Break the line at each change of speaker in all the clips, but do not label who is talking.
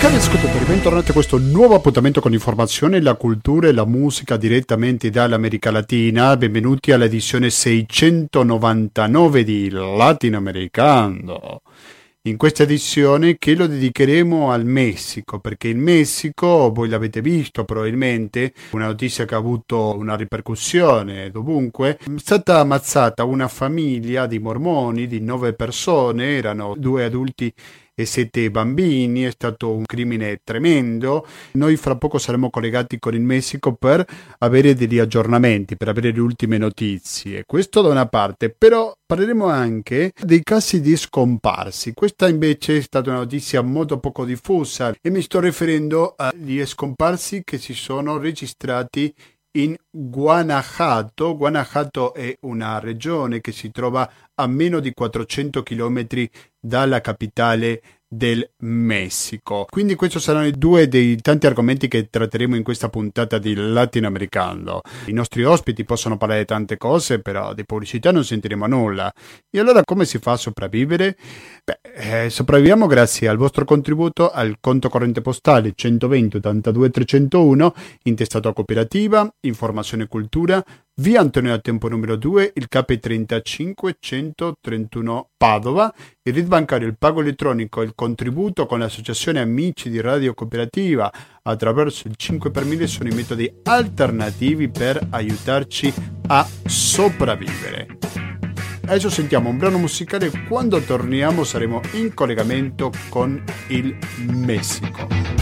Cari ascoltatori, bentornati a questo nuovo appuntamento con informazione, la cultura e la musica direttamente dall'America Latina. Benvenuti all'edizione 699 di Latinoamericano. In questa edizione che lo dedicheremo al Messico, perché il Messico, voi l'avete visto probabilmente, una notizia che ha avuto una ripercussione dovunque, è stata ammazzata una famiglia di mormoni di 9 persone, erano 2 adulti e 7 bambini. È stato un crimine tremendo. Noi fra poco saremo collegati con il Messico per avere degli aggiornamenti, per avere le ultime notizie. Questo da una parte, però parleremo anche dei casi di scomparsi. Questa invece è stata una notizia molto poco diffusa e mi sto riferendo agli scomparsi che si sono registrati in Guanajuato. Guanajuato è una regione che si trova a meno di 400 chilometri dalla capitale del Messico. Quindi questi saranno due dei tanti argomenti che tratteremo in questa puntata di Latinoamericano. I nostri ospiti possono parlare di tante cose, però di pubblicità non sentiremo nulla. E allora come si fa a sopravvivere? Sopravviviamo grazie al vostro contributo al conto corrente postale 120 82 301, intestato a Cooperativa, Informazione e Cultura, via Antonio da Tempo numero 2, il KP 35 131 Padova, il RID bancario, il pago elettronico e il contributo con l'associazione Amici di Radio Cooperativa attraverso il 5 per 1000 sono i metodi alternativi per aiutarci a sopravvivere. Adesso sentiamo un brano musicale, quando torniamo saremo in collegamento con il Messico.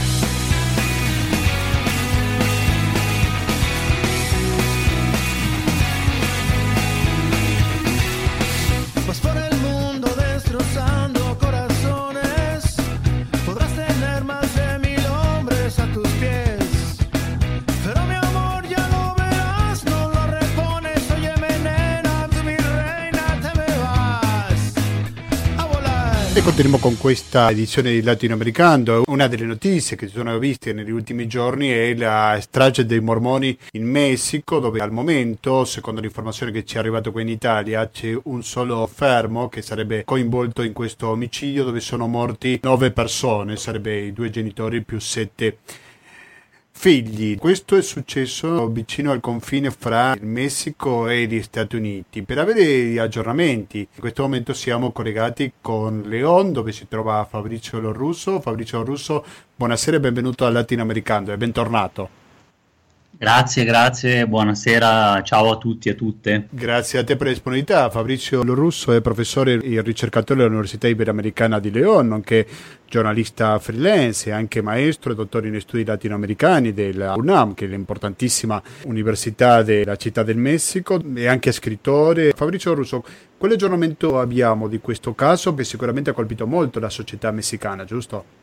E continuiamo con questa edizione di Latinoamericano. Una delle notizie che si sono viste negli ultimi giorni è la strage dei mormoni in Messico, dove al momento, secondo l'informazione che ci è arrivata qui in Italia, c'è un solo fermo che sarebbe coinvolto in questo omicidio, dove sono morti 9 persone, sarebbe i 2 genitori più 7 figli. Questo è successo vicino al confine fra il Messico e gli Stati Uniti. Per avere gli aggiornamenti, in questo momento siamo collegati con León, dove si trova Fabrizio Lorusso. Fabrizio Lorusso, buonasera e benvenuto al Latinoamericano e bentornato.
Grazie, buonasera, ciao a tutti e a tutte.
Grazie a te per la disponibilità. Fabrizio Lorusso è professore e ricercatore dell'Università Iberoamericana di León, nonché giornalista freelance e anche maestro e dottore in studi latinoamericani della UNAM, che è l'importantissima università della Città del Messico, e anche scrittore. Fabrizio Lorusso, quale aggiornamento abbiamo di questo caso che sicuramente ha colpito molto la società messicana, giusto?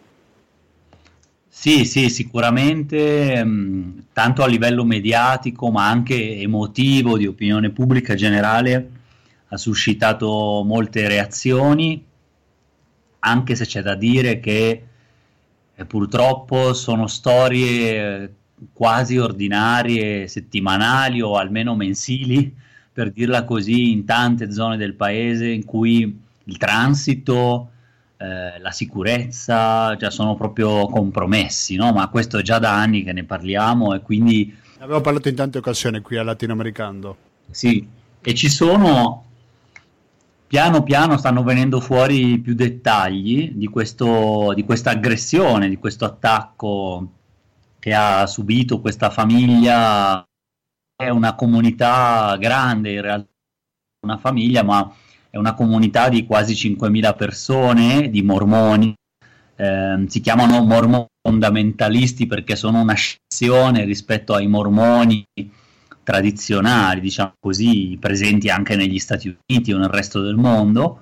Sì, sicuramente, tanto a livello mediatico ma anche emotivo, di opinione pubblica generale, ha suscitato molte reazioni, anche se c'è da dire che purtroppo sono storie quasi ordinarie, settimanali o almeno mensili, per dirla così, in tante zone del paese in cui il transito, la sicurezza già sono proprio compromessi, no? Ma questo è già da anni che ne parliamo e quindi
avevo parlato in tante occasioni qui al Latinoamericano.
Sì, e ci sono piano stanno venendo fuori più dettagli di questa aggressione, di questo attacco che ha subito questa famiglia. È una comunità grande, in realtà una famiglia, ma è una comunità di quasi 5.000 persone, di mormoni. Si chiamano mormoni fondamentalisti perché sono una scissione rispetto ai mormoni tradizionali, diciamo così, presenti anche negli Stati Uniti o nel resto del mondo,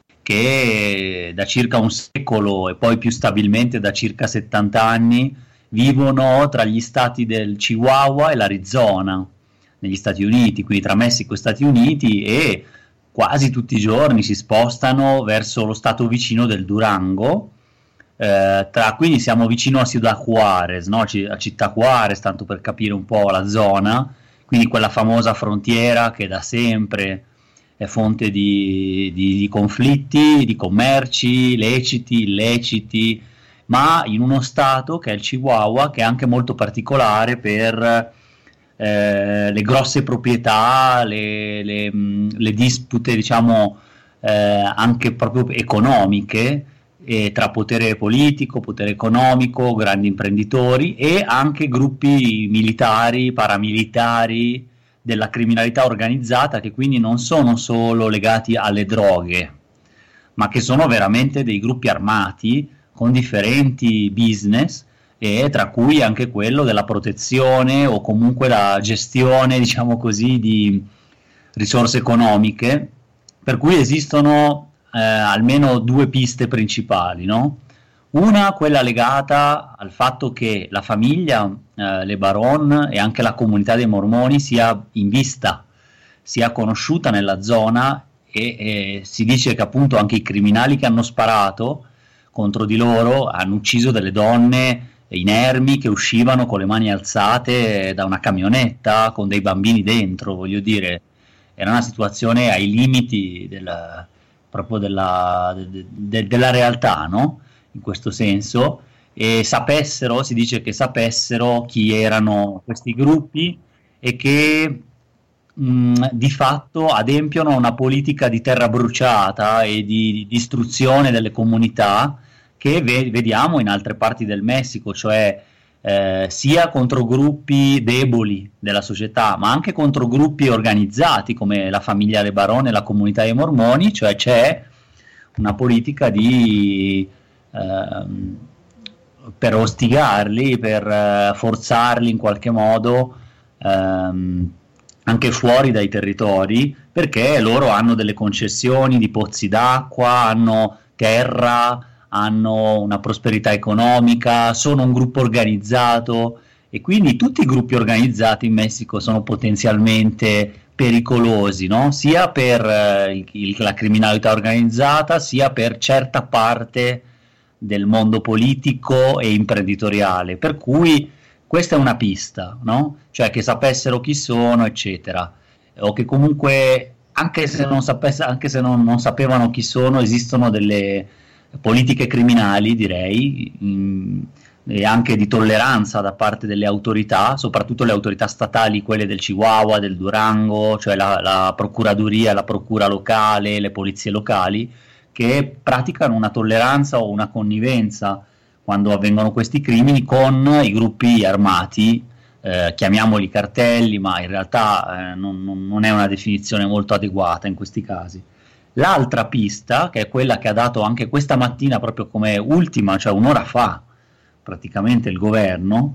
che da circa un secolo e poi più stabilmente da circa 70 anni vivono tra gli stati del Chihuahua e l'Arizona, negli Stati Uniti, quindi tra Messico e Stati Uniti, e quasi tutti i giorni si spostano verso lo stato vicino del Durango, quindi siamo vicino a Ciudad Juárez, no? A Città Juárez, tanto per capire un po' la zona, quindi quella famosa frontiera che da sempre è fonte di conflitti, di commerci leciti, illeciti, ma in uno stato che è il Chihuahua, che è anche molto particolare per le grosse proprietà, le dispute, diciamo, anche proprio economiche, tra potere politico, potere economico, grandi imprenditori e anche gruppi militari, paramilitari della criminalità organizzata, che quindi non sono solo legati alle droghe, ma che sono veramente dei gruppi armati con differenti business, e tra cui anche quello della protezione o comunque la gestione, diciamo così, di risorse economiche, per cui esistono almeno due piste principali, no? Una, quella legata al fatto che la famiglia Le Baron e anche la comunità dei mormoni sia in vista, sia conosciuta nella zona, e si dice che appunto anche i criminali che hanno sparato contro di loro hanno ucciso delle donne inermi che uscivano con le mani alzate da una camionetta con dei bambini dentro, voglio dire, era una situazione ai limiti proprio della realtà, no? In questo senso, e si dice che sapessero chi erano questi gruppi e che di fatto adempiono a una politica di terra bruciata e di distruzione delle comunità che vediamo in altre parti del Messico, cioè sia contro gruppi deboli della società, ma anche contro gruppi organizzati come la famiglia Le Baron e la comunità dei mormoni, cioè c'è una politica per ostigarli, per forzarli in qualche modo anche fuori dai territori, perché loro hanno delle concessioni di pozzi d'acqua, hanno terra, hanno una prosperità economica, sono un gruppo organizzato, e quindi tutti i gruppi organizzati in Messico sono potenzialmente pericolosi, no? Sia per la criminalità organizzata, sia per certa parte del mondo politico e imprenditoriale, per cui questa è una pista, no? Cioè che sapessero chi sono, eccetera, o che comunque anche se non sapevano chi sono, esistono delle politiche criminali, direi, e anche di tolleranza da parte delle autorità, soprattutto le autorità statali, quelle del Chihuahua, del Durango, cioè la procuraduria, la procura locale, le polizie locali, che praticano una tolleranza o una connivenza quando avvengono questi crimini con i gruppi armati, chiamiamoli cartelli, ma in realtà non è una definizione molto adeguata in questi casi. L'altra pista, che è quella che ha dato anche questa mattina proprio come ultima, cioè un'ora fa, praticamente il governo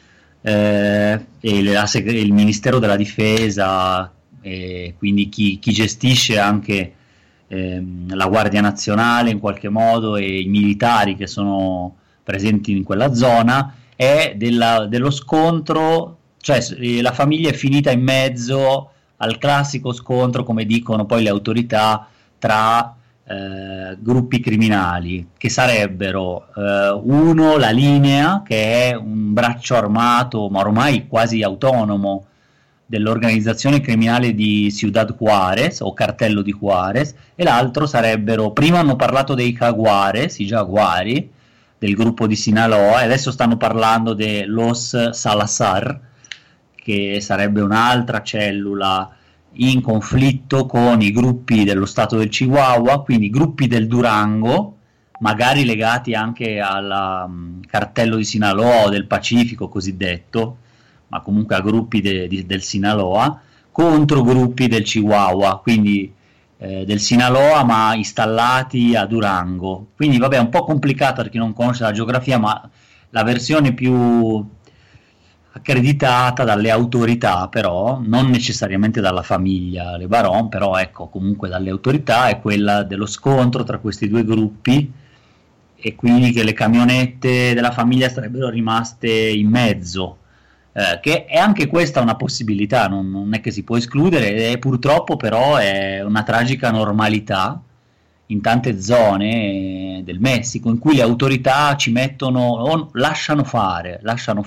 e il Ministero della Difesa, e quindi chi gestisce anche la Guardia Nazionale in qualche modo e i militari che sono presenti in quella zona, è dello scontro, cioè la famiglia è finita in mezzo al classico scontro, come dicono poi le autorità, tra gruppi criminali, che sarebbero uno, la Linea, che è un braccio armato ma ormai quasi autonomo dell'organizzazione criminale di Ciudad Juárez o Cartello di Juárez, e l'altro sarebbero, prima hanno parlato dei Jaguares, i Giaguari del gruppo di Sinaloa, e adesso stanno parlando de Los Salazar, che sarebbe un'altra cellula in conflitto con i gruppi dello stato del Chihuahua, quindi gruppi del Durango, magari legati anche al cartello di Sinaloa o del Pacifico cosiddetto, ma comunque a gruppi del Sinaloa, contro gruppi del Chihuahua, quindi del Sinaloa ma installati a Durango. Quindi vabbè, è un po' complicato per chi non conosce la geografia, ma la versione più accreditata dalle autorità, però non necessariamente dalla famiglia Le Baron, però ecco, comunque dalle autorità, è quella dello scontro tra questi due gruppi, e quindi che le camionette della famiglia sarebbero rimaste in mezzo, che è anche questa una possibilità, non è che si può escludere, e purtroppo però è una tragica normalità in tante zone del Messico, in cui le autorità ci mettono o lasciano fare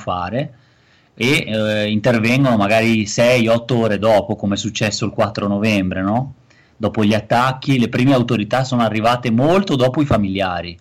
e intervengono magari 6-8 ore dopo, come è successo il 4 novembre, no? Dopo gli attacchi le prime autorità sono arrivate molto dopo i familiari,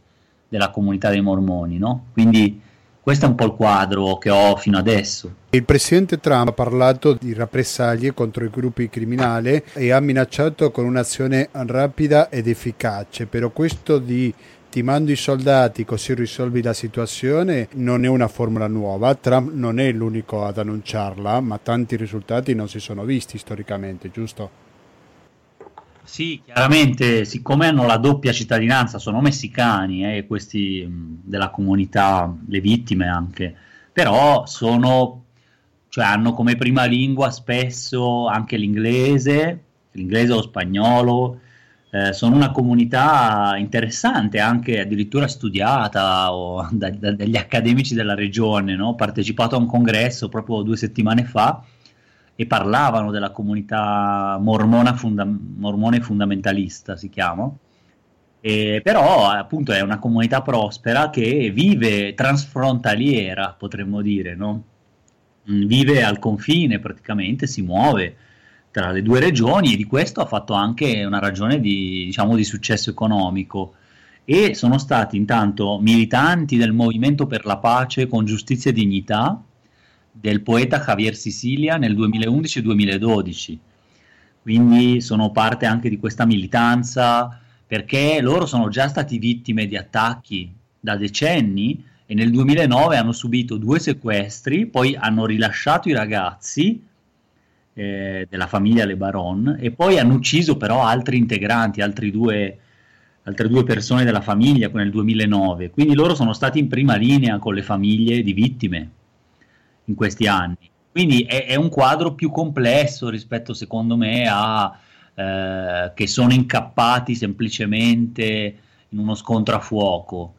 della comunità dei mormoni, no? Quindi questo è un po' il quadro che ho fino adesso.
Il presidente Trump ha parlato di rappresaglie contro i gruppi criminali e ha minacciato con un'azione rapida ed efficace, però questo di ti mando i soldati così risolvi la situazione non è una formula nuova. Trump non è l'unico ad annunciarla, ma tanti risultati non si sono visti storicamente, giusto?
Sì, chiaramente, siccome hanno la doppia cittadinanza, sono messicani, questi della comunità, le vittime anche, però sono, cioè hanno come prima lingua spesso anche l'inglese o lo spagnolo, sono una comunità interessante, anche addirittura studiata dagli accademici della regione, no? Ho partecipato a un congresso proprio 2 settimane fa e parlavano della comunità mormone fondamentalista, si chiama, però appunto è una comunità prospera che vive transfrontaliera, potremmo dire, no? Vive al confine praticamente, si muove tra le due regioni e di questo ha fatto anche una ragione di, diciamo, di successo economico. E sono stati intanto militanti del movimento per la pace con giustizia e dignità del poeta Javier Sicilia nel 2011-2012, quindi sono parte anche di questa militanza perché loro sono già stati vittime di attacchi da decenni e nel 2009 hanno subito 2 sequestri, poi hanno rilasciato i ragazzi della famiglia Le Baron e poi hanno ucciso però altri integranti, altre due persone della famiglia nel 2009, quindi loro sono stati in prima linea con le famiglie di vittime in questi anni. Quindi è un quadro più complesso rispetto, secondo me, a che sono incappati semplicemente in uno scontro a fuoco.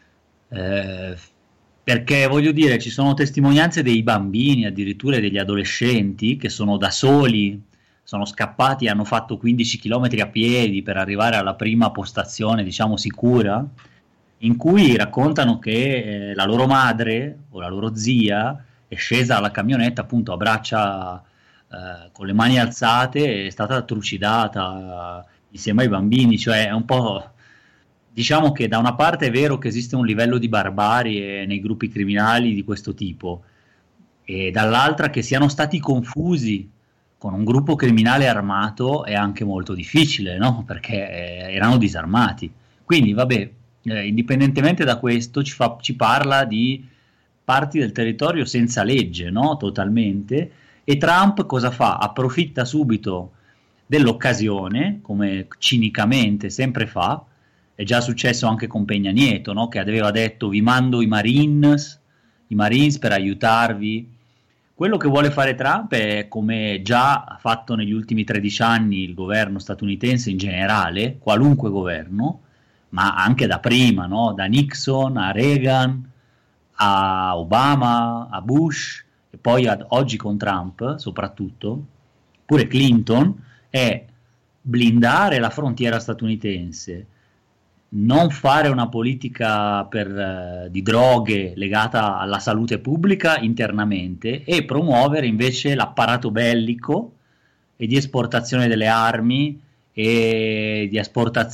Perché voglio dire, ci sono testimonianze dei bambini, addirittura degli adolescenti, che sono da soli, sono scappati e hanno fatto 15 km a piedi per arrivare alla prima postazione, diciamo, sicura, in cui raccontano che la loro madre o la loro zia è scesa alla camionetta appunto a braccia con le mani alzate, è stata trucidata insieme ai bambini, cioè è un po', diciamo che da una parte è vero che esiste un livello di barbarie nei gruppi criminali di questo tipo e dall'altra che siano stati confusi con un gruppo criminale armato è anche molto difficile, no? Perché erano disarmati. Quindi vabbè, indipendentemente da questo ci parla di parti del territorio senza legge, no? Totalmente. E Trump cosa fa? Approfitta subito dell'occasione, come cinicamente sempre fa. È già successo anche con Peña Nieto, no? Che aveva detto vi mando i Marines per aiutarvi. Quello che vuole fare Trump è, come già ha fatto negli ultimi 13 anni il governo statunitense in generale, qualunque governo, ma anche da prima, no? Da Nixon a Reagan, a Obama, a Bush e poi oggi con Trump soprattutto, pure Clinton, è blindare la frontiera statunitense, non fare una politica di droghe legata alla salute pubblica internamente e promuovere invece l'apparato bellico e di esportazione delle armi e di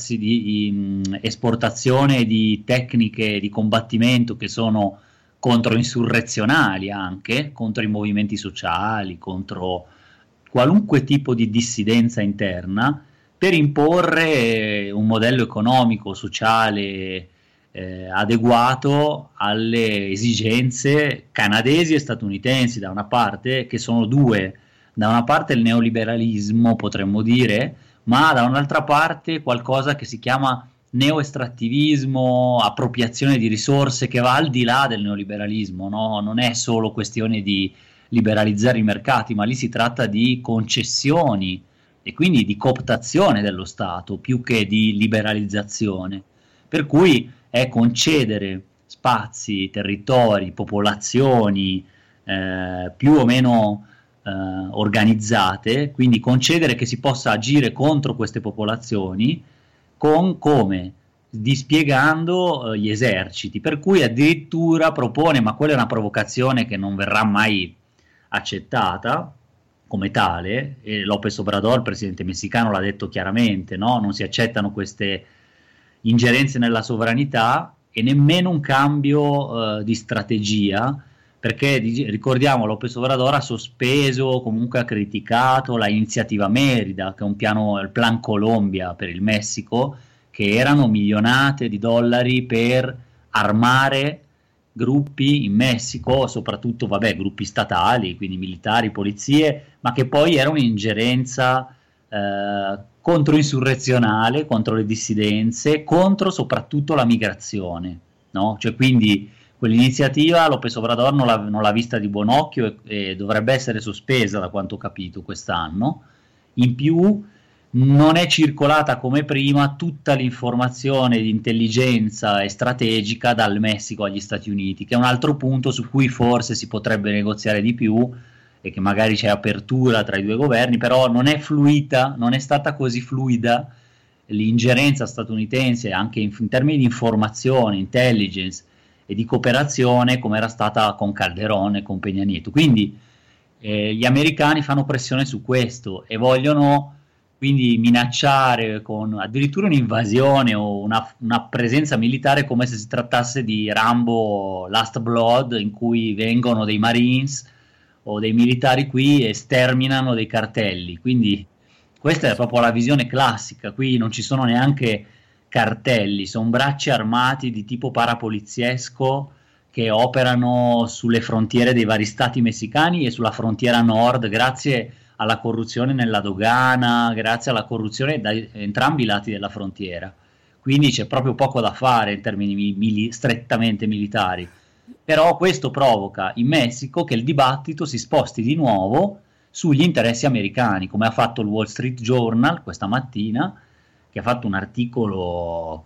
esportazione di tecniche di combattimento che sono controinsurrezionali anche, contro i movimenti sociali, contro qualunque tipo di dissidenza interna, per imporre un modello economico, sociale adeguato alle esigenze canadesi e statunitensi da una parte, che sono due, da una parte il neoliberalismo potremmo dire, ma da un'altra parte qualcosa che si chiama neoestrattivismo, appropriazione di risorse che va al di là del neoliberalismo, no? Non è solo questione di liberalizzare i mercati, ma lì si tratta di concessioni e quindi di cooptazione dello Stato più che di liberalizzazione, per cui è concedere spazi, territori, popolazioni più o meno organizzate, quindi concedere che si possa agire contro queste popolazioni con come? Dispiegando gli eserciti, per cui addirittura propone, ma quella è una provocazione che non verrà mai accettata come tale, e López Obrador, il presidente messicano, l'ha detto chiaramente, no? Non si accettano queste ingerenze nella sovranità e nemmeno un cambio di strategia, perché ricordiamo López Obrador ha sospeso, comunque ha criticato la iniziativa Mérida, che è un piano, il Plan Colombia per il Messico, che erano milionate di dollari per armare gruppi in Messico, soprattutto gruppi statali, quindi militari, polizie, ma che poi era un'ingerenza controinsurrezionale, contro le dissidenze, contro soprattutto la migrazione, no? Cioè, quindi quell'iniziativa López Obrador non l'ha vista di buon occhio e dovrebbe essere sospesa, da quanto ho capito, quest'anno. In più non è circolata come prima tutta l'informazione di intelligenza e strategica dal Messico agli Stati Uniti, che è un altro punto su cui forse si potrebbe negoziare di più e che magari c'è apertura tra i due governi, però non è fluida, non è stata così fluida l'ingerenza statunitense anche in termini di informazione, intelligence e di cooperazione come era stata con Calderón e con Peña Nieto. Quindi gli americani fanno pressione su questo e vogliono quindi minacciare con addirittura un'invasione o una presenza militare, come se si trattasse di Rambo Last Blood, in cui vengono dei Marines o dei militari qui e sterminano dei cartelli. Quindi questa è proprio la visione classica. Qui non ci sono neanche cartelli, sono bracci armati di tipo parapoliziesco che operano sulle frontiere dei vari stati messicani e sulla frontiera nord, grazie alla corruzione nella dogana, grazie alla corruzione da entrambi i lati della frontiera. Quindi c'è proprio poco da fare in termini strettamente militari. Però questo provoca in Messico che il dibattito si sposti di nuovo sugli interessi americani, come ha fatto il Wall Street Journal questa mattina, che ha fatto un articolo,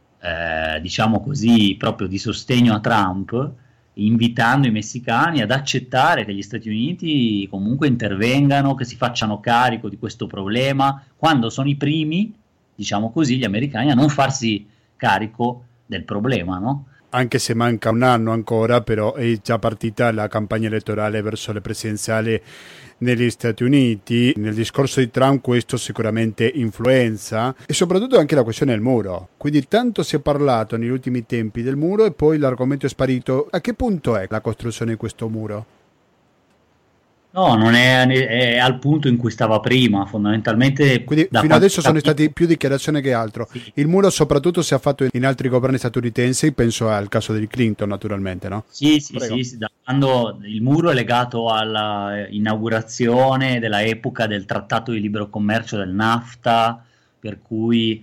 diciamo così, proprio di sostegno a Trump, invitando i messicani ad accettare che gli Stati Uniti comunque intervengano, che si facciano carico di questo problema, quando sono i primi, diciamo così, gli americani a non farsi carico del problema, no?
Anche se manca un anno ancora, però è già partita la campagna elettorale verso le presidenziali negli Stati Uniti. Nel discorso di Trump questo sicuramente influenza, e soprattutto anche la questione del muro. Quindi tanto si è parlato negli ultimi tempi del muro e poi l'argomento è sparito. A che punto è la costruzione di questo muro?
No, non è al punto in cui stava prima, fondamentalmente.
Quindi fino adesso sono state più dichiarazioni che altro. Sì. Il muro soprattutto si è fatto in altri governi statunitensi, penso al caso di Clinton naturalmente, no?
Sì, da quando il muro è legato alla inaugurazione della epoca del trattato di libero commercio del NAFTA, per cui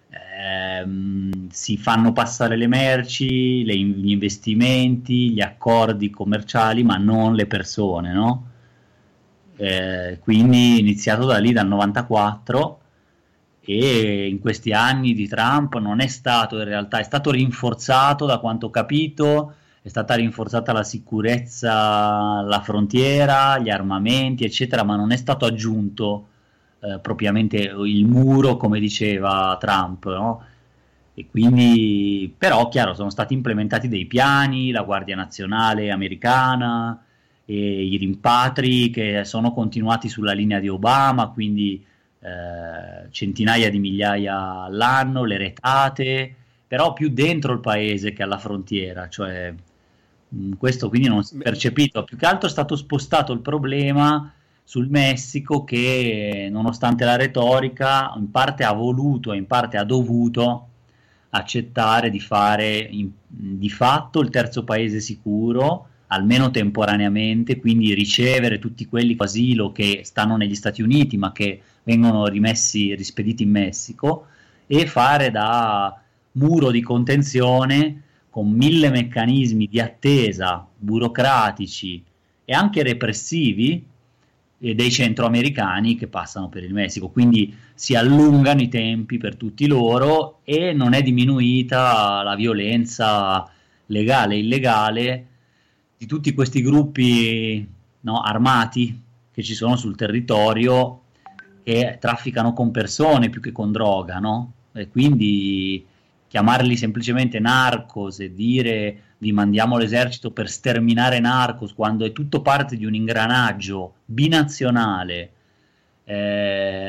si fanno passare le merci, gli investimenti, gli accordi commerciali, ma non le persone, no? Quindi iniziato da lì, dal 94, e in questi anni di Trump non è stato, in realtà è stato rinforzato, da quanto ho capito, è stata rinforzata la sicurezza, la frontiera, gli armamenti eccetera, ma non è stato aggiunto propriamente il muro come diceva Trump, no? E quindi, però chiaro, sono stati implementati dei piani, la Guardia Nazionale americana e i rimpatri che sono continuati sulla linea di Obama, quindi centinaia di migliaia all'anno, le retate, però più dentro il paese che alla frontiera, cioè questo quindi non si è percepito. Più che altro è stato spostato il problema sul Messico, che nonostante la retorica in parte ha voluto e in parte ha dovuto accettare di fare di fatto il terzo paese sicuro, almeno temporaneamente, quindi ricevere tutti quelli con asilo che stanno negli Stati Uniti ma che vengono rispediti in Messico, e fare da muro di contenzione con 1000 meccanismi di attesa burocratici e anche repressivi dei centroamericani che passano per il Messico. Quindi si allungano i tempi per tutti loro e non è diminuita la violenza legale e illegale di tutti questi gruppi, no, armati che ci sono sul territorio, che trafficano con persone più che con droga, no? E quindi chiamarli semplicemente narcos e dire vi mandiamo l'esercito per sterminare narcos, quando è tutto parte di un ingranaggio binazionale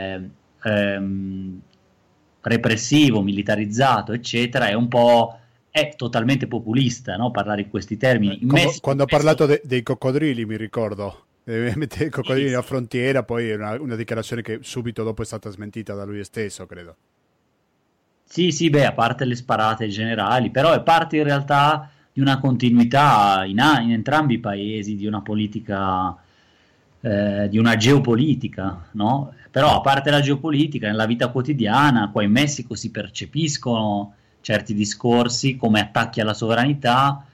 repressivo, militarizzato eccetera, è un po' è totalmente populista, no? Parlare in questi termini. In Messico
Quando ho
questo
parlato dei coccodrilli, mi ricordo. Mettere i
sì,
coccodrilli alla frontiera, poi è una dichiarazione che subito dopo è stata smentita da lui stesso, credo.
sì, sì, beh, a parte le sparate generali, però è parte in realtà di una continuità in entrambi i paesi, di una politica, di una geopolitica, no? Però a parte la geopolitica, nella vita quotidiana, qua in Messico si percepiscono certi discorsi come attacchi alla sovranità.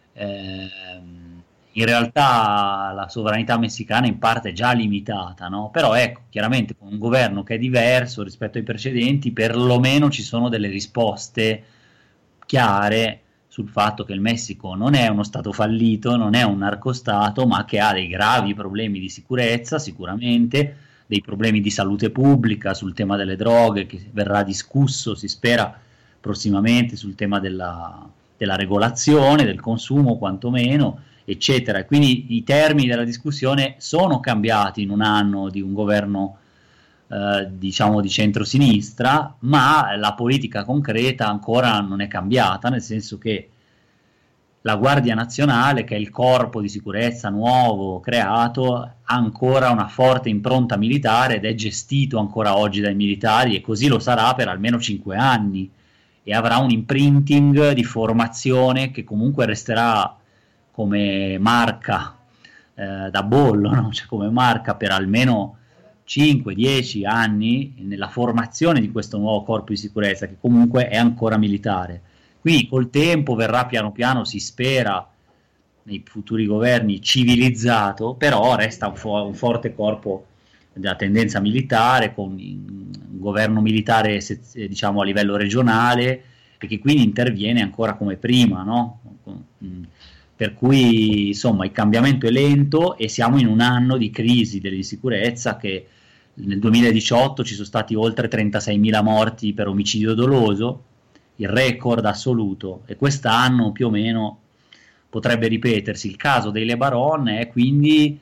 In realtà la sovranità messicana in parte è già limitata, no? Però ecco, chiaramente con un governo che è diverso rispetto ai precedenti, perlomeno ci sono delle risposte chiare sul fatto che il Messico non è uno stato fallito, non è un narcostato, ma che ha dei gravi problemi di sicurezza, sicuramente, dei problemi di salute pubblica sul tema delle droghe, che verrà discusso, si spera, prossimamente sul tema della regolazione, del consumo quantomeno, eccetera. E quindi i termini della discussione sono cambiati in un anno di un governo diciamo di centrosinistra, ma la politica concreta ancora non è cambiata, nel senso che la Guardia Nazionale, che è il corpo di sicurezza nuovo creato, ha ancora una forte impronta militare ed è gestito ancora oggi dai militari e così lo sarà per almeno 5 anni e avrà un imprinting di formazione che comunque resterà come marca da bollo, no? Cioè come marca per almeno 5-10 anni nella formazione di questo nuovo corpo di sicurezza che comunque è ancora militare. Quindi col tempo verrà piano piano, si spera, nei futuri governi civilizzato, però resta un forte corpo della tendenza militare, con un governo militare diciamo a livello regionale e che quindi interviene ancora come prima, no? Per cui insomma il cambiamento è lento e siamo in un anno di crisi dell'insicurezza che nel 2018 ci sono stati oltre 36.000 morti per omicidio doloso, il record assoluto, e quest'anno più o meno potrebbe ripetersi. Il caso dei Lebaron è quindi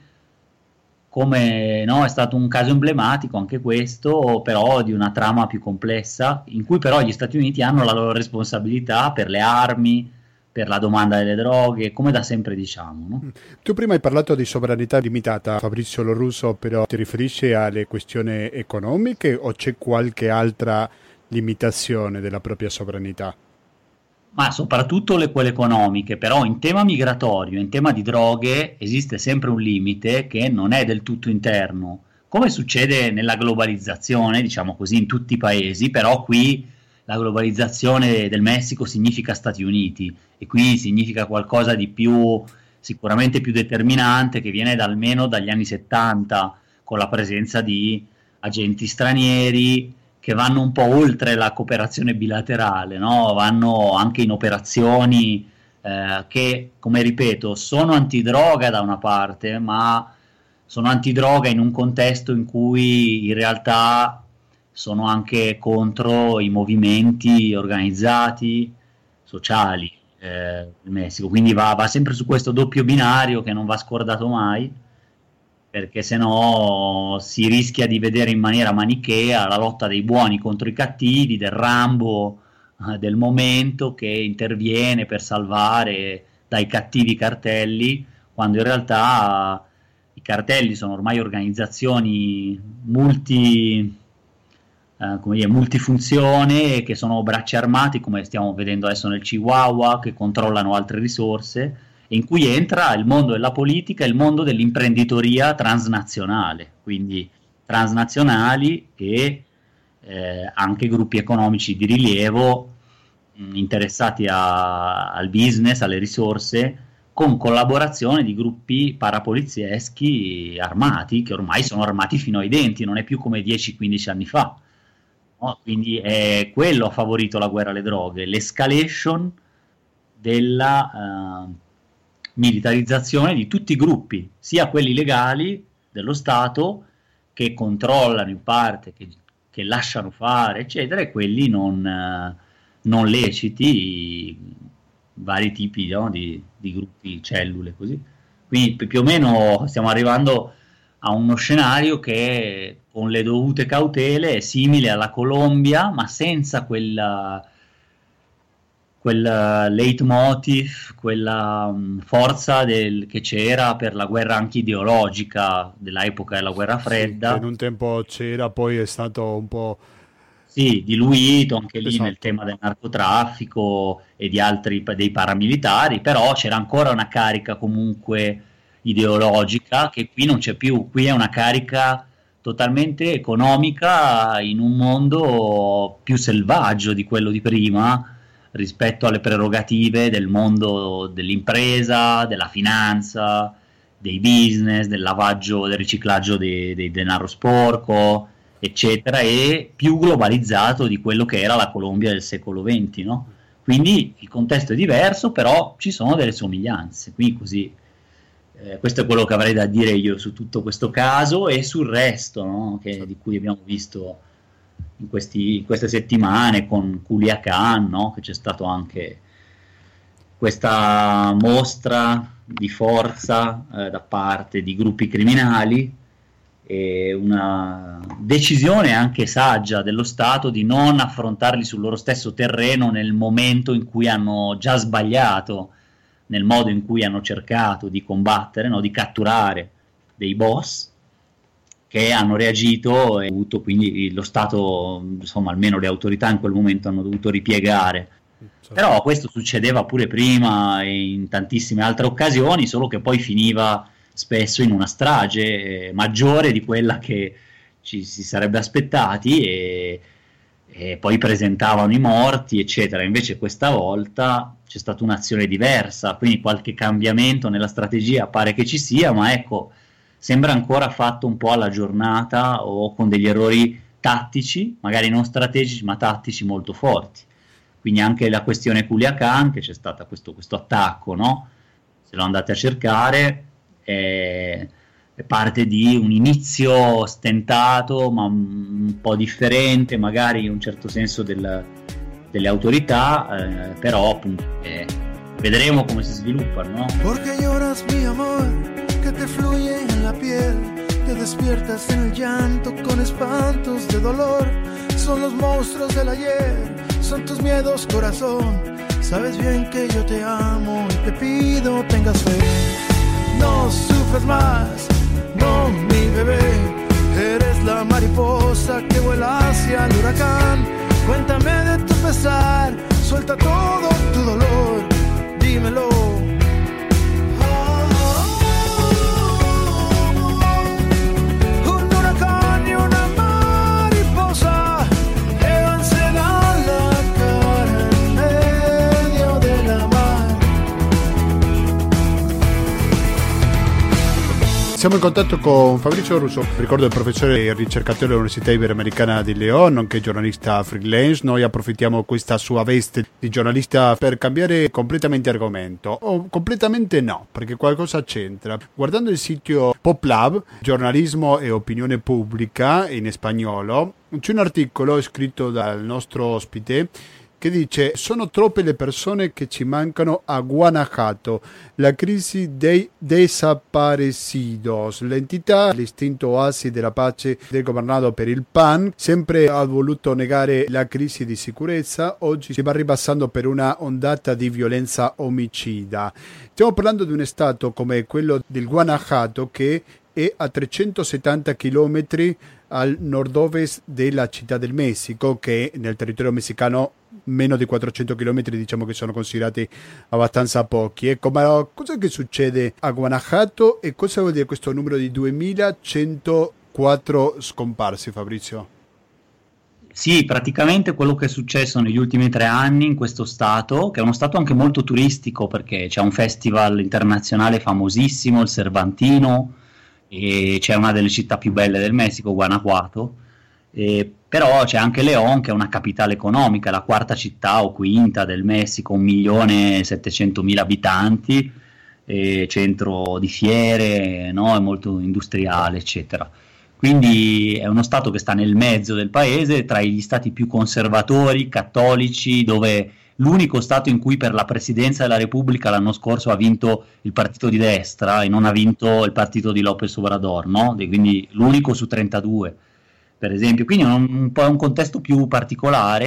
come no, è stato un caso emblematico anche questo, però di una trama più complessa, in cui però gli Stati Uniti hanno la loro responsabilità per le armi, per la domanda delle droghe, come da sempre diciamo, no?
Tu prima hai parlato di sovranità limitata, Fabrizio Lorusso, però ti riferisci alle questioni economiche o c'è qualche altra limitazione della propria sovranità?
Ma soprattutto quelle economiche, però in tema migratorio, in tema di droghe, esiste sempre un limite che non è del tutto interno, come succede nella globalizzazione, diciamo così, in tutti i paesi, però qui la globalizzazione del Messico significa Stati Uniti e qui significa qualcosa di più, sicuramente più determinante, che viene almeno dagli anni 70, con la presenza di agenti stranieri che vanno un po' oltre la cooperazione bilaterale, no? Vanno anche in operazioni che, come ripeto, sono antidroga da una parte, ma sono antidroga in un contesto in cui in realtà sono anche contro i movimenti organizzati, sociali del Messico. Quindi va sempre su questo doppio binario che non va scordato mai, perché sennò si rischia di vedere in maniera manichea la lotta dei buoni contro i cattivi, del Rambo del momento che interviene per salvare dai cattivi cartelli, quando in realtà i cartelli sono ormai organizzazioni come dire, multifunzione, che sono bracci armati, come stiamo vedendo adesso nel Chihuahua, che controllano altre risorse, in cui entra il mondo della politica e il mondo dell'imprenditoria transnazionale, quindi transnazionali e anche gruppi economici di rilievo interessati al business, alle risorse, con collaborazione di gruppi parapolizieschi armati, che ormai sono armati fino ai denti, non è più come 10-15 anni fa. No? Quindi quello ha favorito la guerra alle droghe, l'escalation della militarizzazione di tutti i gruppi, sia quelli legali dello Stato che controllano in parte, che lasciano fare, eccetera, e quelli non leciti, vari tipi, no, di gruppi, cellule, così. Quindi più o meno stiamo arrivando a uno scenario che con le dovute cautele è simile alla Colombia, ma senza leitmotiv, quella forza che c'era per la guerra anche ideologica dell'epoca della guerra fredda.
Sì, in un tempo c'era, poi è stato un po'...
Sì, diluito anche lì nel
Esatto.
tema del narcotraffico e di altri dei paramilitari, però c'era ancora una carica comunque ideologica che qui non c'è più. Qui è una carica totalmente economica in un mondo più selvaggio di quello di prima rispetto alle prerogative del mondo dell'impresa, della finanza, dei business, del lavaggio, del riciclaggio dei denaro sporco, eccetera, e più globalizzato di quello che era la Colombia del secolo XX, no? Quindi il contesto è diverso, però ci sono delle somiglianze. Quindi così, questo è quello che avrei da dire io su tutto questo caso e sul resto, no? Di cui abbiamo visto in queste settimane con Culiacán, no? Che c'è stato anche questa mostra di forza da parte di gruppi criminali e una decisione anche saggia dello Stato di non affrontarli sul loro stesso terreno nel momento in cui hanno già sbagliato, nel modo in cui hanno cercato di combattere, no? Di catturare dei boss che hanno reagito e avuto, quindi lo Stato, insomma almeno le autorità in quel momento hanno dovuto ripiegare. Però questo succedeva pure prima e in tantissime altre occasioni, solo che poi finiva spesso in una strage maggiore di quella che ci si sarebbe aspettati e poi presentavano i morti, eccetera. Invece questa volta c'è stata un'azione diversa, quindi qualche cambiamento nella strategia pare che ci sia, ma ecco, sembra ancora fatto un po' alla giornata o con degli errori tattici, magari non strategici, ma tattici molto forti. Quindi anche la questione Culiacán, che c'è stato questo attacco, no? Se lo andate a cercare, è parte di un inizio stentato, ma un po' differente, magari in un certo senso delle autorità, però appunto vedremo come si sviluppano, no?
Porque lloras mi amor, que te fluye en la piel, te despiertas en el llanto con espantos de dolor, son los monstruos del ayer, son tus miedos corazón, sabes bien que yo te amo y te pido tengas fe, no sufras más, no mi bebé, eres la mariposa que vuela hacia el huracán, cuéntame de tu pesar, suelta todo tu dolor, dímelo.
Siamo in contatto con Fabrizio Russo, ricordo il professore e ricercatore dell'Università Iberoamericana di León, nonché giornalista freelance. Noi approfittiamo questa sua veste di giornalista per cambiare completamente argomento, o completamente no, perché qualcosa c'entra. Guardando il sito PopLab, giornalismo e opinione pubblica in spagnolo, c'è un articolo scritto dal nostro ospite che dice: sono troppe le persone che ci mancano a Guanajuato, la crisi dei desaparecidos, l'entità, l'istinto oasi della pace del governato per il PAN, sempre ha voluto negare la crisi di sicurezza, oggi si va ribassando per una ondata di violenza omicida. Stiamo parlando di un stato come quello del Guanajuato che è a 370 chilometri al nord-ovest della Città del Messico, che nel territorio messicano meno di 400 chilometri diciamo che sono considerati abbastanza pochi. Ecco, ma cosa che succede a Guanajuato e cosa vuol dire questo numero di 2104 scomparsi, Fabrizio?
Sì, praticamente quello che è successo negli ultimi 3 anni in questo stato, che è uno stato anche molto turistico perché c'è un festival internazionale famosissimo, il Cervantino, e c'è una delle città più belle del Messico, Guanajuato, però c'è anche León, che è una capitale economica, la quarta città o quinta del Messico, 1.700.000 abitanti, centro di fiere, no? È molto industriale, eccetera. Quindi è uno stato che sta nel mezzo del paese, tra gli stati più conservatori, cattolici, dove l'unico stato in cui per la presidenza della Repubblica l'anno scorso ha vinto il partito di destra e non ha vinto il partito di López Obrador, no? Quindi l'unico su 32, per esempio. Quindi è un po' un contesto più particolare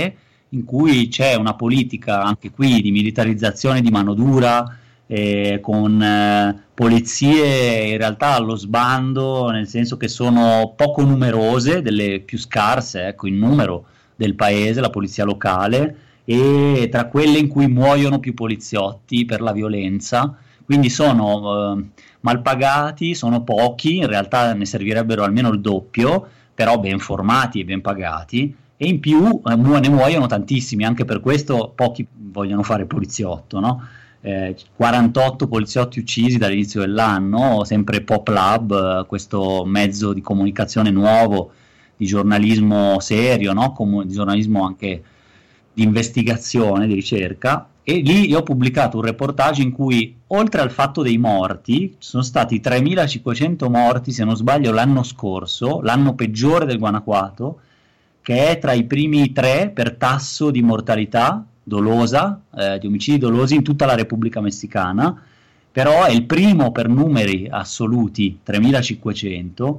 in cui c'è una politica anche qui di militarizzazione di manodura, con polizie in realtà allo sbando, nel senso che sono poco numerose, delle più scarse, ecco, in numero del paese, la polizia locale, e tra quelle in cui muoiono più poliziotti per la violenza, quindi sono mal pagati, sono pochi, in realtà ne servirebbero almeno il doppio, però ben formati e ben pagati, e in più ne muoiono tantissimi, anche per questo pochi vogliono fare poliziotto, no? 48 poliziotti uccisi dall'inizio dell'anno, sempre Pop Lab, questo mezzo di comunicazione nuovo, di giornalismo serio, no? Di giornalismo anche di investigazione, di ricerca, e lì io ho pubblicato un reportage in cui, oltre al fatto dei morti, sono stati 3.500 morti, se non sbaglio, l'anno scorso, l'anno peggiore del Guanajuato, che è tra i primi 3 per tasso di mortalità dolosa, di omicidi dolosi in tutta la Repubblica Messicana, però è il primo per numeri assoluti, 3.500,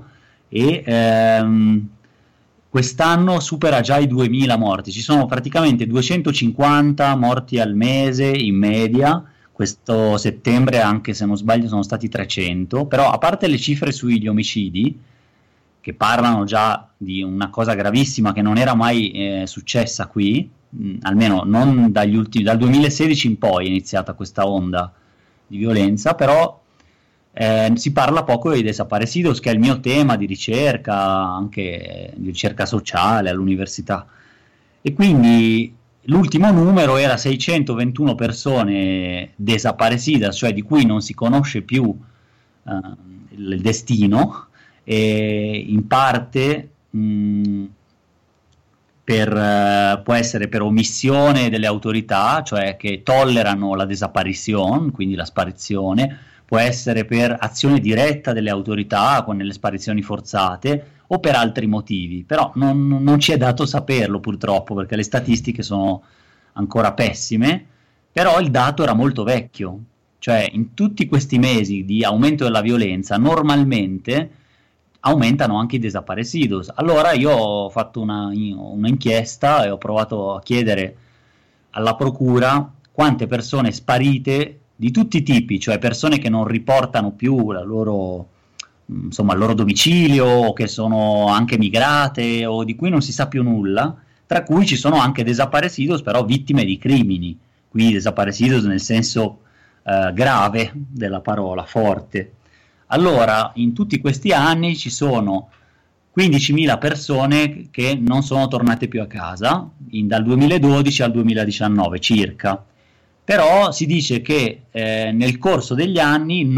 e quest'anno supera già i 2.000 morti. Ci sono praticamente 250 morti al mese in media. Questo settembre, anche se non sbaglio, sono stati 300, però a parte le cifre sugli omicidi, che parlano già di una cosa gravissima che non era mai successa qui, almeno non dal 2016 in poi è iniziata questa onda di violenza, però si parla poco dei desaparecidos, che è il mio tema di ricerca, anche di ricerca sociale all'università, e quindi l'ultimo numero era 621 persone desaparecidas, cioè di cui non si conosce più il destino, e in parte può essere per omissione delle autorità, cioè che tollerano la desaparizione, quindi la sparizione, può essere per azione diretta delle autorità con le sparizioni forzate, o per altri motivi, però non ci è dato saperlo purtroppo, perché le statistiche sono ancora pessime, però il dato era molto vecchio, cioè in tutti questi mesi di aumento della violenza normalmente aumentano anche i desaparecidos. Allora io ho fatto una inchiesta e ho provato a chiedere alla procura quante persone sparite di tutti i tipi, cioè persone che non riportano più il loro domicilio, o che sono anche migrate, o di cui non si sa più nulla, tra cui ci sono anche desaparecidos però vittime di crimini, qui desaparecidos nel senso grave della parola, forte. Allora, in tutti questi anni ci sono 15.000 persone che non sono tornate più a casa, dal 2012 al 2019 circa. Però si dice che nel corso degli anni il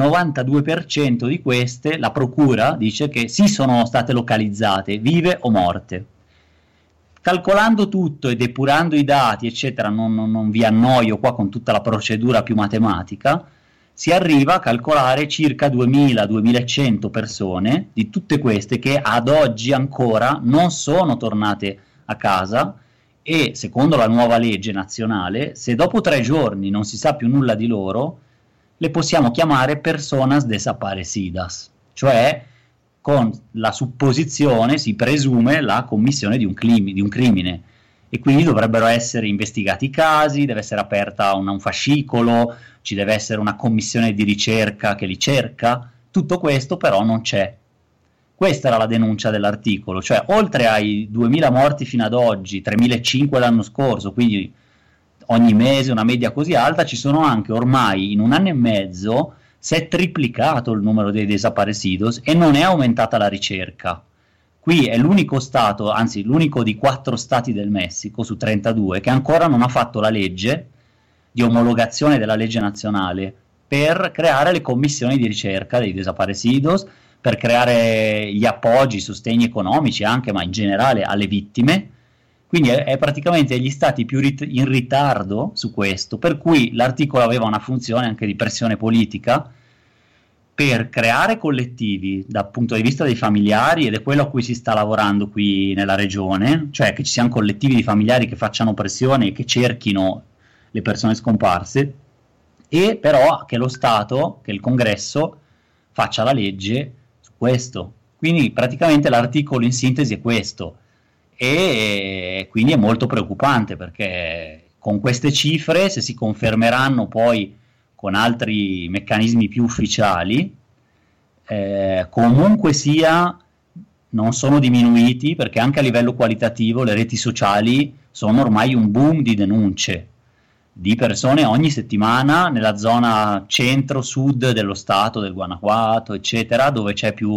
92% di queste, la procura dice che sì, sono state localizzate, vive o morte. Calcolando tutto e depurando i dati, eccetera, non vi annoio qua con tutta la procedura più matematica, si arriva a calcolare circa 2.000-2.100 persone di tutte queste che ad oggi ancora non sono tornate a casa, e secondo la nuova legge nazionale, se dopo 3 giorni non si sa più nulla di loro, le possiamo chiamare personas desaparecidas, cioè con la supposizione, si presume, la commissione di un crimine, e quindi dovrebbero essere investigati i casi, deve essere aperta un fascicolo, ci deve essere una commissione di ricerca che li cerca. Tutto questo però non c'è. Questa era la denuncia dell'articolo, cioè oltre ai 2.000 morti fino ad oggi, 3.500 l'anno scorso, quindi ogni mese una media così alta, ci sono anche ormai in un anno e mezzo si è triplicato il numero dei desaparecidos e non è aumentata la ricerca. Qui è l'unico stato, anzi l'unico di 4 stati del Messico su 32 che ancora non ha fatto la legge di omologazione della legge nazionale per creare le commissioni di ricerca dei desaparecidos, per creare gli appoggi, i sostegni economici anche, ma in generale alle vittime. Quindi è praticamente gli stati più in ritardo su questo, per cui l'articolo aveva una funzione anche di pressione politica per creare collettivi dal punto di vista dei familiari, ed è quello a cui si sta lavorando qui nella regione, cioè che ci siano collettivi di familiari che facciano pressione e che cerchino le persone scomparse, e però che lo Stato, che il Congresso faccia la legge su questo. Quindi praticamente l'articolo in sintesi è questo, e quindi è molto preoccupante, perché con queste cifre, se si confermeranno poi con altri meccanismi più ufficiali, comunque sia non sono diminuiti, perché anche a livello qualitativo le reti sociali sono ormai un boom di denunce di persone ogni settimana nella zona centro-sud dello stato, del Guanajuato, eccetera, dove c'è più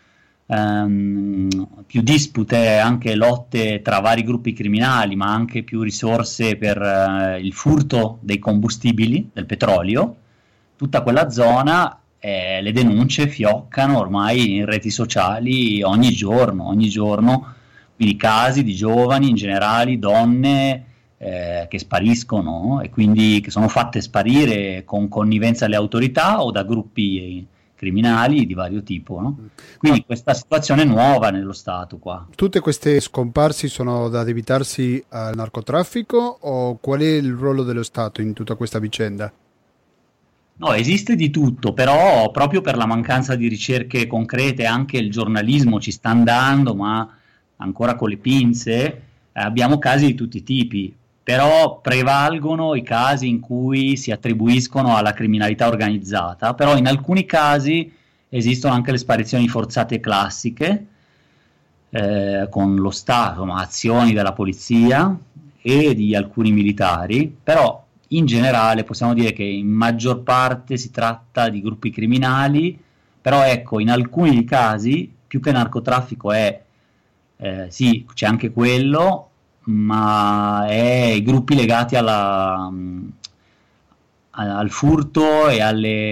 dispute, anche lotte tra vari gruppi criminali, ma anche più risorse per il furto dei combustibili, del petrolio. Tutta quella zona, le denunce fioccano ormai in reti sociali ogni giorno, quindi casi di giovani in generale, donne che spariscono, e quindi che sono fatte sparire con connivenza alle autorità o da gruppi criminali di vario tipo, no? Quindi questa situazione è nuova nello Stato qua.
Tutte queste scomparsi sono da addebitarsi al narcotraffico, o qual è il ruolo dello Stato in tutta questa vicenda?
No, esiste di tutto, però proprio per la mancanza di ricerche concrete anche il giornalismo ci sta andando, ma ancora con le pinze, abbiamo casi di tutti i tipi, però prevalgono i casi in cui si attribuiscono alla criminalità organizzata, però in alcuni casi esistono anche le sparizioni forzate classiche, con lo Stato, ma azioni della polizia e di alcuni militari, però in generale possiamo dire che in maggior parte si tratta di gruppi criminali, però ecco, in alcuni casi, più che narcotraffico sì, c'è anche quello, ma è i gruppi legati al furto e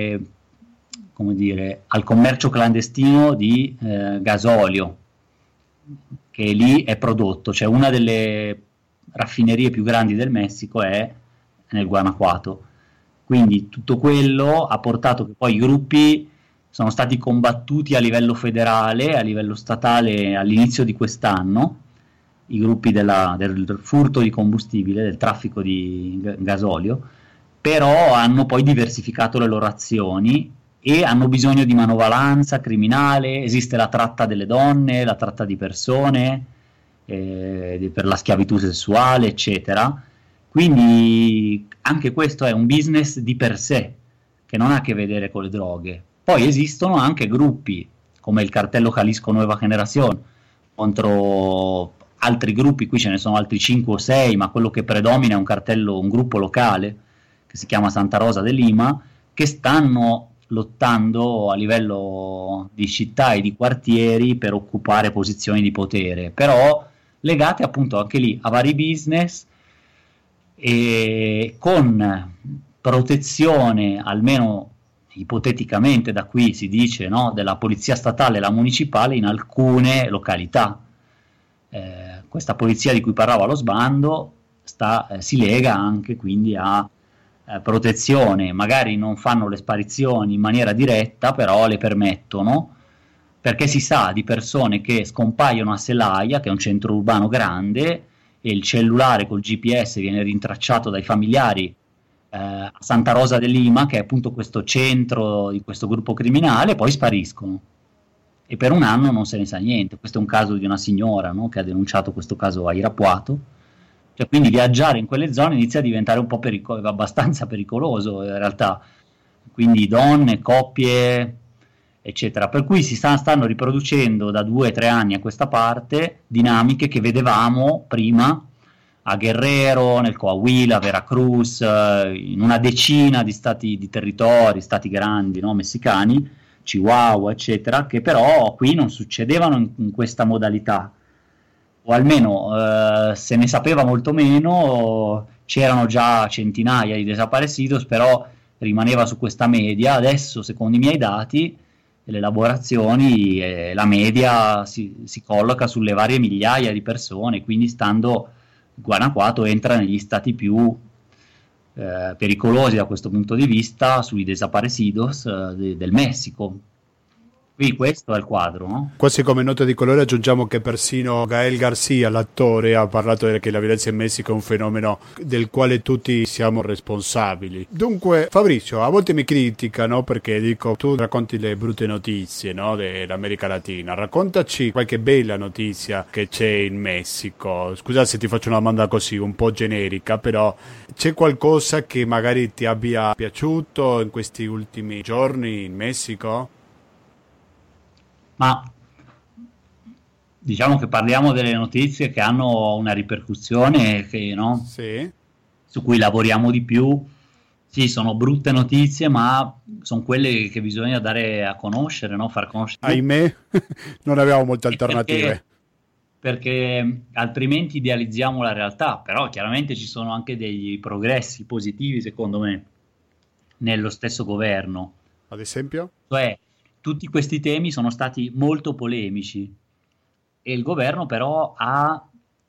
al commercio clandestino di gasolio, che lì è prodotto, cioè una delle raffinerie più grandi del Messico è nel Guanajuato, quindi tutto quello ha portato che poi i gruppi sono stati combattuti a livello federale, a livello statale all'inizio di quest'anno, i gruppi del furto di combustibile, del traffico di gasolio, però hanno poi diversificato le loro azioni e hanno bisogno di manovalanza criminale, esiste la tratta delle donne, la tratta di persone, per la schiavitù sessuale, eccetera. Quindi anche questo è un business di per sé, che non ha a che vedere con le droghe. Poi esistono anche gruppi, come il cartello Jalisco Nueva Generación, contro altri gruppi, qui ce ne sono altri 5 o 6, ma quello che predomina è un gruppo locale, che si chiama Santa Rosa de Lima, che stanno lottando a livello di città e di quartieri per occupare posizioni di potere, però legate appunto anche lì a vari business, e con protezione, almeno ipoteticamente da qui si dice, no, della polizia statale e la municipale in alcune località. Questa polizia di cui parlavo allo sbando si lega anche quindi a protezione, magari non fanno le sparizioni in maniera diretta, però le permettono, perché si sa di persone che scompaiono a Celaya, che è un centro urbano grande, e il cellulare col GPS viene rintracciato dai familiari a Santa Rosa de Lima, che è appunto questo centro di questo gruppo criminale, e poi spariscono. E per un anno non se ne sa niente. Questo è un caso di una signora, no, che ha denunciato questo caso a Irapuato. Cioè, quindi viaggiare in quelle zone inizia a diventare un po' abbastanza pericoloso in realtà. Quindi donne, coppie, eccetera. Per cui stanno riproducendo da 2 o 3 anni a questa parte dinamiche che vedevamo prima a Guerrero, nel Coahuila, Veracruz, in una decina di territori, stati grandi, no, messicani, Chihuahua, eccetera, che però qui non succedevano in questa modalità, o almeno se ne sapeva molto meno. C'erano già centinaia di desaparecidos, però rimaneva su questa media. Adesso, secondo i miei dati, le elaborazioni, la media si colloca sulle varie migliaia di persone, quindi Guanajuato entra negli stati più pericolosi da questo punto di vista, sui desaparecidos del Messico. Qui questo è il quadro, no?
Quasi come nota di colore aggiungiamo che persino Gael Garcia, l'attore, ha parlato che la violenza in Messico è un fenomeno del quale tutti siamo responsabili. Dunque, Fabrizio, a volte mi criticano perché dico tu racconti le brutte notizie, no, dell'America Latina. Raccontaci qualche bella notizia che c'è in Messico. Scusa se ti faccio una domanda così un po' generica, però c'è qualcosa che magari ti abbia piaciuto in questi ultimi giorni in Messico?
Ma diciamo che parliamo delle notizie che hanno una ripercussione che, no,
Sì.
su cui lavoriamo di più. Sì, sono brutte notizie, ma sono quelle che bisogna dare a conoscere, no? Far conoscere.
Ahimè, non avevamo molte
E
alternative.
perché altrimenti idealizziamo la realtà, però chiaramente ci sono anche dei progressi positivi, secondo me, nello stesso governo.
Ad esempio?
Cioè, tutti questi temi sono stati molto polemici e il governo però ha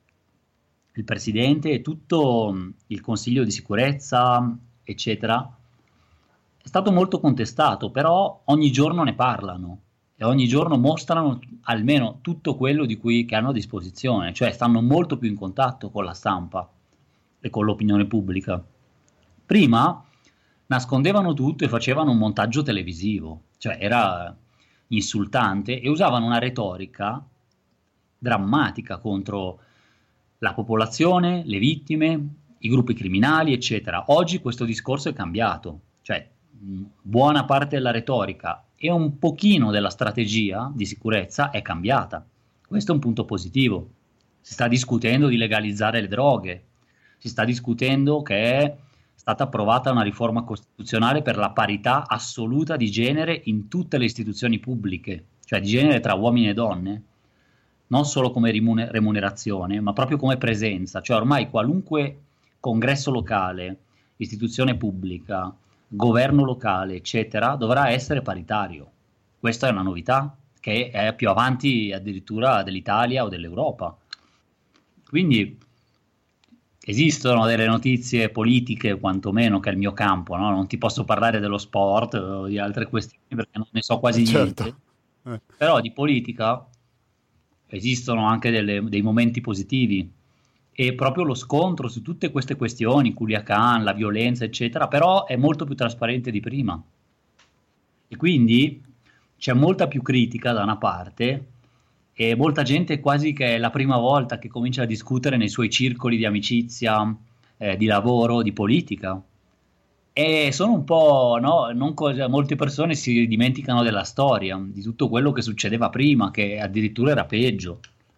il presidente e tutto il Consiglio di sicurezza, eccetera, è stato molto contestato, però ogni giorno ne parlano e ogni giorno mostrano almeno tutto quello che hanno a disposizione, cioè stanno molto più in contatto con la stampa e con l'opinione pubblica. Prima nascondevano tutto e facevano un montaggio televisivo, cioè era insultante e usavano una retorica drammatica contro la popolazione, le vittime, i gruppi criminali, eccetera. Oggi questo discorso è cambiato, cioè buona parte della retorica e un pochino della strategia di sicurezza è cambiata. Questo è un punto positivo. Si sta discutendo di legalizzare le droghe, si sta discutendo che è stata approvata una riforma costituzionale per la parità assoluta di genere in tutte le istituzioni pubbliche, cioè di genere tra uomini e donne, non solo come remunerazione, ma proprio come presenza, cioè ormai qualunque congresso locale, istituzione pubblica, governo locale, eccetera, dovrà essere paritario. Questa è una novità che è più avanti addirittura dell'Italia o dell'Europa. Quindi esistono delle notizie politiche, quantomeno, che è il mio campo, no? Non ti posso parlare dello sport o di altre questioni perché non ne so quasi
Certo.
niente, però di politica esistono anche dei momenti positivi e proprio lo scontro su tutte queste questioni, Culiacán, la violenza, eccetera, però è molto più trasparente di prima. E quindi c'è molta più critica da una parte e molta gente quasi che è la prima volta che comincia a discutere nei suoi circoli di amicizia, di lavoro, di politica. E sono un po', no, molte persone si dimenticano della storia, di tutto quello che succedeva prima, che addirittura era peggio.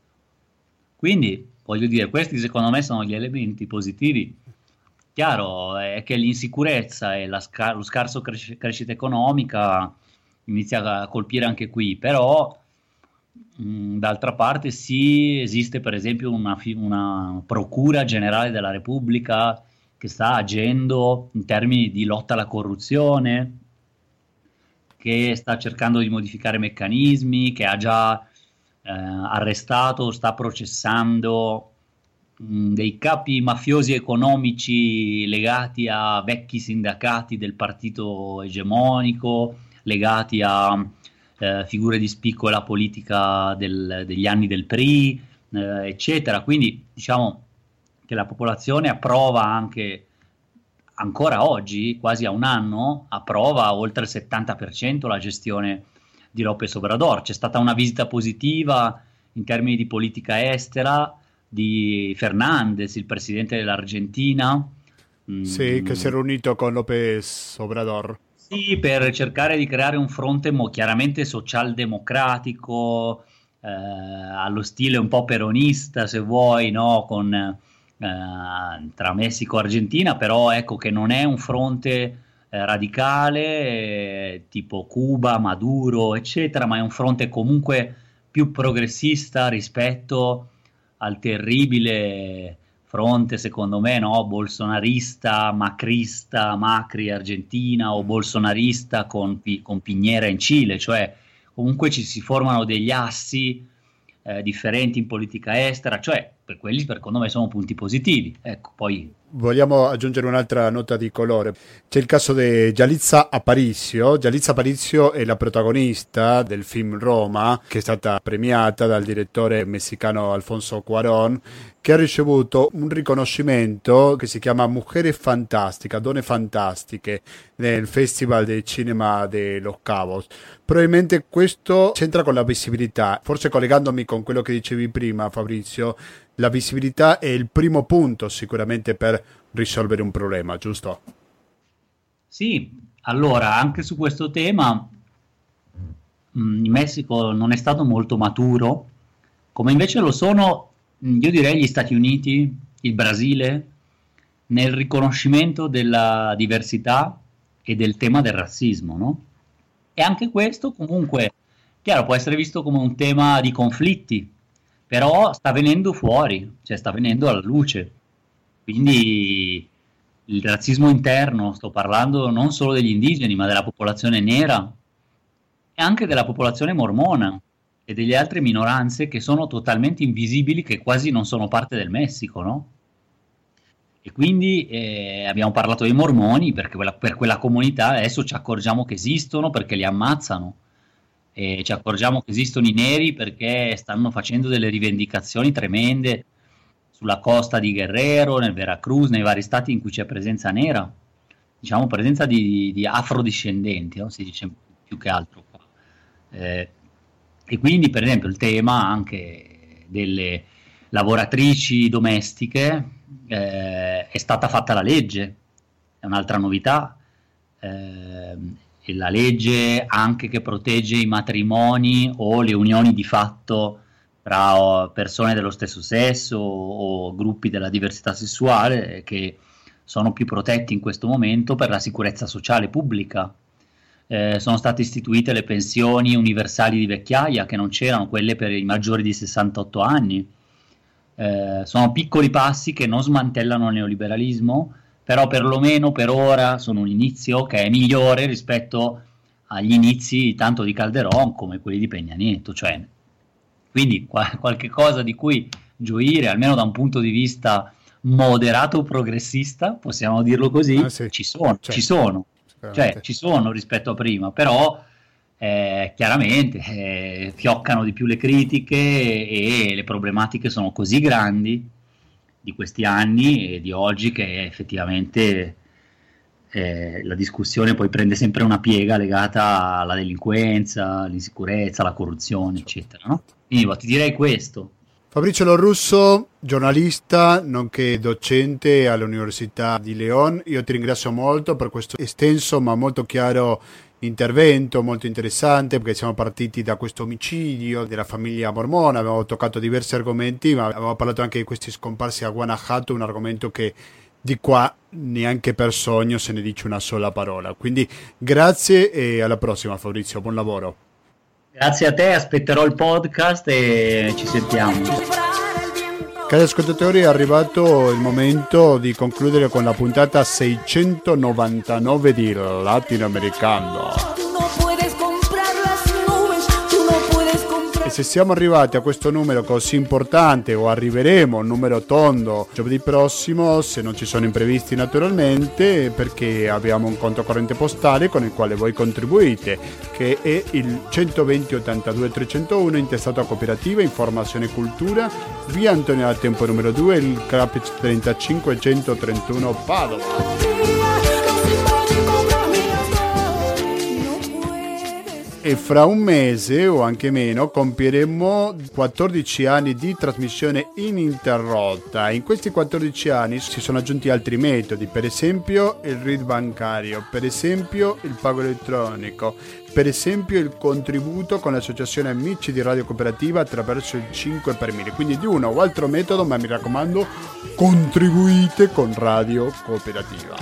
Quindi, voglio dire, questi secondo me sono gli elementi positivi. Chiaro è che l'insicurezza e lo scarso crescita economica inizia a colpire anche qui, però d'altra parte sì, esiste per esempio una procura generale della Repubblica che sta agendo in termini di lotta alla corruzione, che sta cercando di modificare meccanismi, che ha già arrestato, sta processando dei capi mafiosi economici legati a vecchi sindacati del partito egemonico, legati a figure di spicco alla politica degli anni del PRI, eccetera. Quindi diciamo che la popolazione approva anche ancora oggi, quasi a un anno, approva oltre il 70% la gestione di López Obrador. C'è stata una visita positiva in termini di politica estera di Fernández, il presidente dell'Argentina.
Sì, che si è riunito con López Obrador.
Sì, per cercare di creare un fronte chiaramente socialdemocratico, allo stile un po' peronista, se vuoi, no? Tra Messico e Argentina, però ecco che non è un fronte radicale, tipo Cuba, Maduro, eccetera, ma è un fronte comunque più progressista rispetto al terribile fronte, secondo me, no? Bolsonarista, macrista, Macri Argentina o bolsonarista con Piñera in Cile, cioè comunque ci si formano degli assi differenti in politica estera, cioè che quelli secondo me sono punti positivi. Ecco, poi
vogliamo aggiungere un'altra nota di colore. C'è il caso di Yalitza Aparicio. Yalitza Aparicio è la protagonista del film Roma, che è stata premiata dal direttore messicano Alfonso Cuarón, che ha ricevuto un riconoscimento che si chiama Mujeres Fantásticas, Donne Fantastiche, nel Festival del Cinema de Los Cabos. Probabilmente questo c'entra con la visibilità, forse collegandomi con quello che dicevi prima, Fabrizio. La visibilità è il primo punto sicuramente per risolvere un problema, giusto?
sì, allora anche su questo tema il Messico non è stato molto maturo, come invece lo sono, io direi, gli Stati Uniti, il Brasile, nel riconoscimento della diversità e del tema del razzismo, no? E anche questo comunque, chiaro, può essere visto come un tema di conflitti, però sta venendo fuori, cioè sta venendo alla luce. Quindi il razzismo interno, sto parlando non solo degli indigeni, ma della popolazione nera e anche della popolazione mormona e delle altre minoranze che sono totalmente invisibili, che quasi non sono parte del Messico, no? E quindi abbiamo parlato dei mormoni perché per quella comunità adesso ci accorgiamo che esistono perché li ammazzano. E ci accorgiamo che esistono i neri perché stanno facendo delle rivendicazioni tremende sulla costa di Guerrero, nel Veracruz, nei vari stati in cui c'è presenza nera, diciamo presenza di afrodiscendenti, no? Si dice più che altro qua. E quindi per esempio il tema anche delle lavoratrici domestiche, è stata fatta la legge, è un'altra novità, e la legge anche che protegge i matrimoni o le unioni di fatto tra persone dello stesso sesso o gruppi della diversità sessuale, che sono più protetti in questo momento per la sicurezza sociale pubblica. Sono state istituite le pensioni universali di vecchiaia, che non c'erano, quelle per i maggiori di 68 anni. Sono piccoli passi che non smantellano il neoliberalismo, però perlomeno per ora sono un inizio che è migliore rispetto agli inizi tanto di Calderón come quelli di Peña Nieto, cioè, quindi qualche cosa di cui gioire, almeno da un punto di vista moderato progressista, possiamo dirlo così,
sì.
ci sono rispetto a prima, però chiaramente fioccano di più le critiche e le problematiche sono così grandi di questi anni e di oggi che effettivamente la discussione poi prende sempre una piega legata alla delinquenza, all'insicurezza, alla corruzione, eccetera, no? Quindi ti direi questo.
Fabrizio Lorusso, giornalista nonché docente all'Università di León, io ti ringrazio molto per questo estenso ma molto chiaro intervento, molto interessante, perché siamo partiti da questo omicidio della famiglia mormona, abbiamo toccato diversi argomenti, ma abbiamo parlato anche di questi scomparsi a Guanajuato, un argomento che di qua neanche per sogno se ne dice una sola parola. Quindi grazie e alla prossima, Fabrizio, buon lavoro.
Grazie a te, aspetterò il podcast e ci sentiamo.
Cari ascoltatori, è arrivato il momento di concludere con la puntata 699 di Latinoamericano. E se siamo arrivati a questo numero così importante, o arriveremo al numero tondo giovedì prossimo, se non ci sono imprevisti naturalmente, perché abbiamo un conto corrente postale con il quale voi contribuite, che è il 120 82 301, intestato a Cooperativa Informazione e Cultura, via Antonio da Tempo numero 2, il Capiz 35 131 Padova. E fra un mese o anche meno compieremo 14 anni di trasmissione ininterrotta. In questi 14 anni si sono aggiunti altri metodi, per esempio il RID bancario, per esempio il pago elettronico, per esempio il contributo con l'associazione Amici di Radio Cooperativa attraverso il 5 per 1000. Quindi di uno o altro metodo, ma mi raccomando, contribuite con Radio Cooperativa.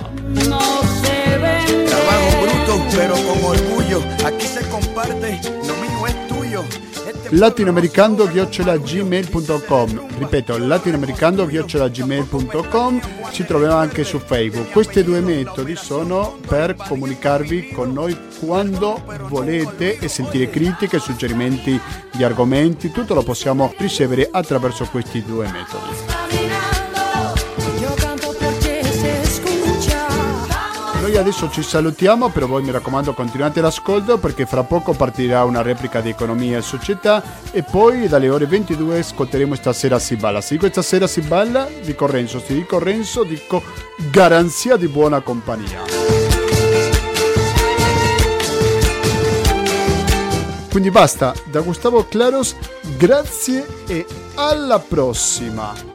Trabajo bruto, pero con orgullo. Aquí se comparte, lo mío es tuyo.
latinoamericando@gmail.com. Ripeto, latinoamericando@gmail.com. Ci troviamo anche su Facebook. Questi due metodi sono per comunicarvi con noi quando volete e sentire critiche, suggerimenti di argomenti. Tutto lo possiamo ricevere attraverso questi due metodi. Noi adesso ci salutiamo, però voi mi raccomando continuate l'ascolto perché fra poco partirà una replica di Economia e Società e poi dalle ore 22 ascolteremo Stasera si balla. Se dico Stasera si balla, dico Renzo, se dico Renzo dico garanzia di buona compagnia. Quindi basta, da Gustavo Claros, grazie e alla prossima!